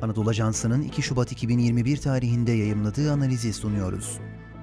Anadolu Ajansı'nın 2 Şubat 2021 tarihinde yayımladığı analizi sunuyoruz.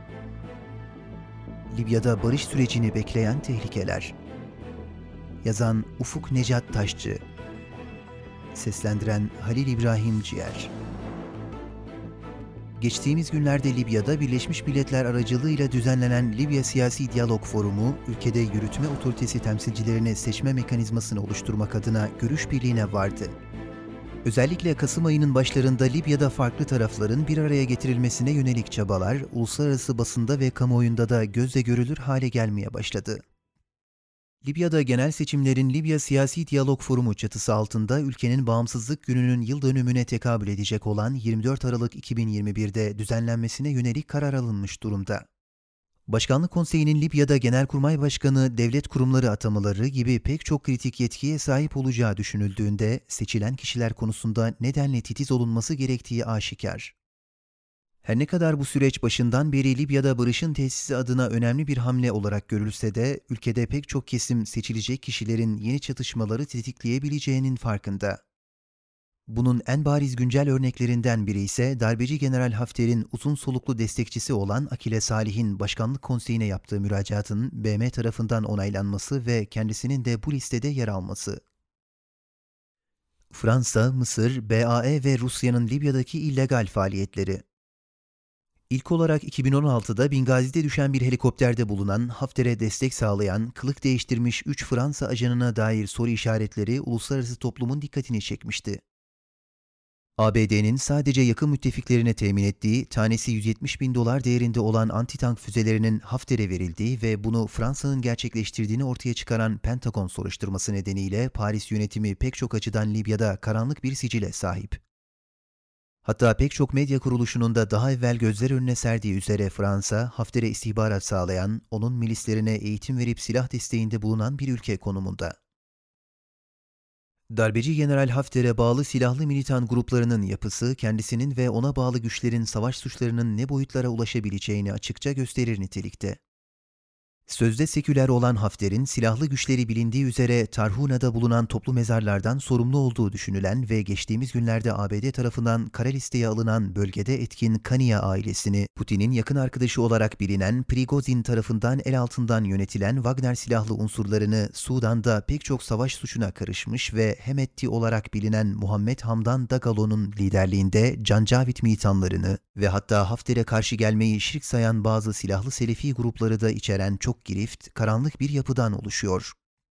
Libya'da barış sürecini bekleyen tehlikeler. Yazan Ufuk Necat Taşçı. Seslendiren Halil İbrahim Ciğer. Geçtiğimiz günlerde Libya'da Birleşmiş Milletler aracılığıyla düzenlenen Libya Siyasi Diyalog Forumu, ülkede yürütme otoritesi temsilcilerini seçme mekanizmasını oluşturmak adına görüş birliğine vardı. Özellikle Kasım ayının başlarında Libya'da farklı tarafların bir araya getirilmesine yönelik çabalar, uluslararası basında ve kamuoyunda da gözle görülür hale gelmeye başladı. Libya'da genel seçimlerin Libya Siyasi Diyalog Forumu çatısı altında ülkenin bağımsızlık gününün yıl dönümüne tekabül edecek olan 24 Aralık 2021'de düzenlenmesine yönelik karar alınmış durumda. Başkanlık Konseyi'nin Libya'da Genelkurmay Başkanı, devlet kurumları atamaları gibi pek çok kritik yetkiye sahip olacağı düşünüldüğünde seçilen kişiler konusunda nedenle titiz olunması gerektiği aşikar. Her ne kadar bu süreç başından beri Libya'da barışın tesisi adına önemli bir hamle olarak görülse de ülkede pek çok kesim seçilecek kişilerin yeni çatışmaları tetikleyebileceğinin farkında. Bunun en bariz güncel örneklerinden biri ise darbeci General Hafter'in uzun soluklu destekçisi olan Akile Salih'in Başkanlık Konseyi'ne yaptığı müracaatın BM tarafından onaylanması ve kendisinin de bu listede yer alması. Fransa, Mısır, BAE ve Rusya'nın Libya'daki illegal faaliyetleri. İlk olarak 2016'da Bingazi'de düşen bir helikopterde bulunan, Hafter'e destek sağlayan, kılık değiştirmiş 3 Fransa ajanına dair soru işaretleri uluslararası toplumun dikkatini çekmişti. ABD'nin sadece yakın müttefiklerine temin ettiği, tanesi $170.000 değerinde olan antitank füzelerinin Hafter'e verildiği ve bunu Fransa'nın gerçekleştirdiğini ortaya çıkaran Pentagon soruşturması nedeniyle Paris yönetimi pek çok açıdan Libya'da karanlık bir sicile sahip. Hatta pek çok medya kuruluşunun da daha evvel gözler önüne serdiği üzere Fransa, Hafter'e istihbarat sağlayan, onun milislerine eğitim verip silah desteğinde bulunan bir ülke konumunda. Darbeci General Hafter'e bağlı silahlı militan gruplarının yapısı, kendisinin ve ona bağlı güçlerin savaş suçlarının ne boyutlara ulaşabileceğini açıkça gösterir nitelikte. Sözde seküler olan Hafter'in silahlı güçleri bilindiği üzere Tarhuna'da bulunan toplu mezarlardan sorumlu olduğu düşünülen ve geçtiğimiz günlerde ABD tarafından kara listeye alınan bölgede etkin Kania ailesini, Putin'in yakın arkadaşı olarak bilinen Prigozhin tarafından el altından yönetilen Wagner silahlı unsurlarını Sudan'da pek çok savaş suçuna karışmış ve Hemedti olarak bilinen Muhammed Hamdan Dagalo'nun liderliğinde Cancavit militanlarını ve hatta Hafter'e karşı gelmeyi şirk sayan bazı silahlı Selefi grupları da içeren çok girift, karanlık bir yapıdan oluşuyor.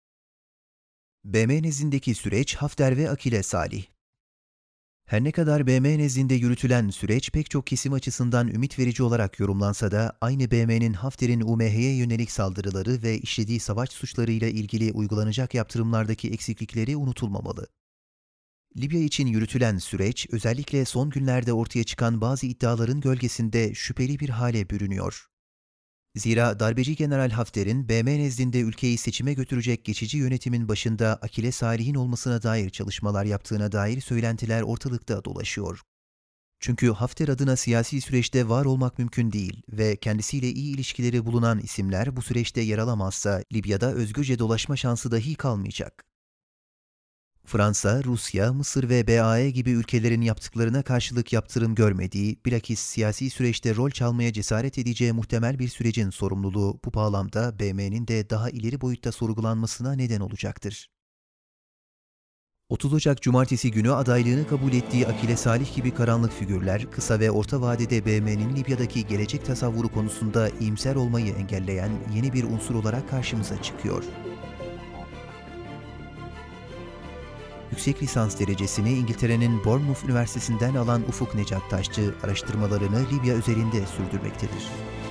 BM nezdindeki süreç Hafter ve Akile Salih. Her ne kadar BM nezdinde yürütülen süreç pek çok kesim açısından ümit verici olarak yorumlansa da aynı BM'nin Hafter'in UMH'ye yönelik saldırıları ve işlediği savaş suçlarıyla ilgili uygulanacak yaptırımlardaki eksiklikleri unutulmamalı. Libya için yürütülen süreç özellikle son günlerde ortaya çıkan bazı iddiaların gölgesinde şüpheli bir hale bürünüyor. Zira darbeci General Hafter'in BM nezdinde ülkeyi seçime götürecek geçici yönetimin başında Akile Salih'in olmasına dair çalışmalar yaptığına dair söylentiler ortalıkta dolaşıyor. Çünkü Hafter adına siyasi süreçte var olmak mümkün değil ve kendisiyle iyi ilişkileri bulunan isimler bu süreçte yer alamazsa Libya'da özgürce dolaşma şansı dahi kalmayacak. Fransa, Rusya, Mısır ve BAE gibi ülkelerin yaptıklarına karşılık yaptırım görmediği, bilakis siyasi süreçte rol çalmaya cesaret edeceği muhtemel bir sürecin sorumluluğu bu bağlamda BM'nin de daha ileri boyutta sorgulanmasına neden olacaktır. 30 Ocak Cumartesi günü adaylığını kabul ettiği Akile Salih gibi karanlık figürler, kısa ve orta vadede BM'nin Libya'daki gelecek tasavvuru konusunda iyimser olmayı engelleyen yeni bir unsur olarak karşımıza çıkıyor. Yüksek lisans derecesini İngiltere'nin Bournemouth Üniversitesi'nden alan Ufuk Necat Taşçı, araştırmalarını Libya üzerinde sürdürmektedir.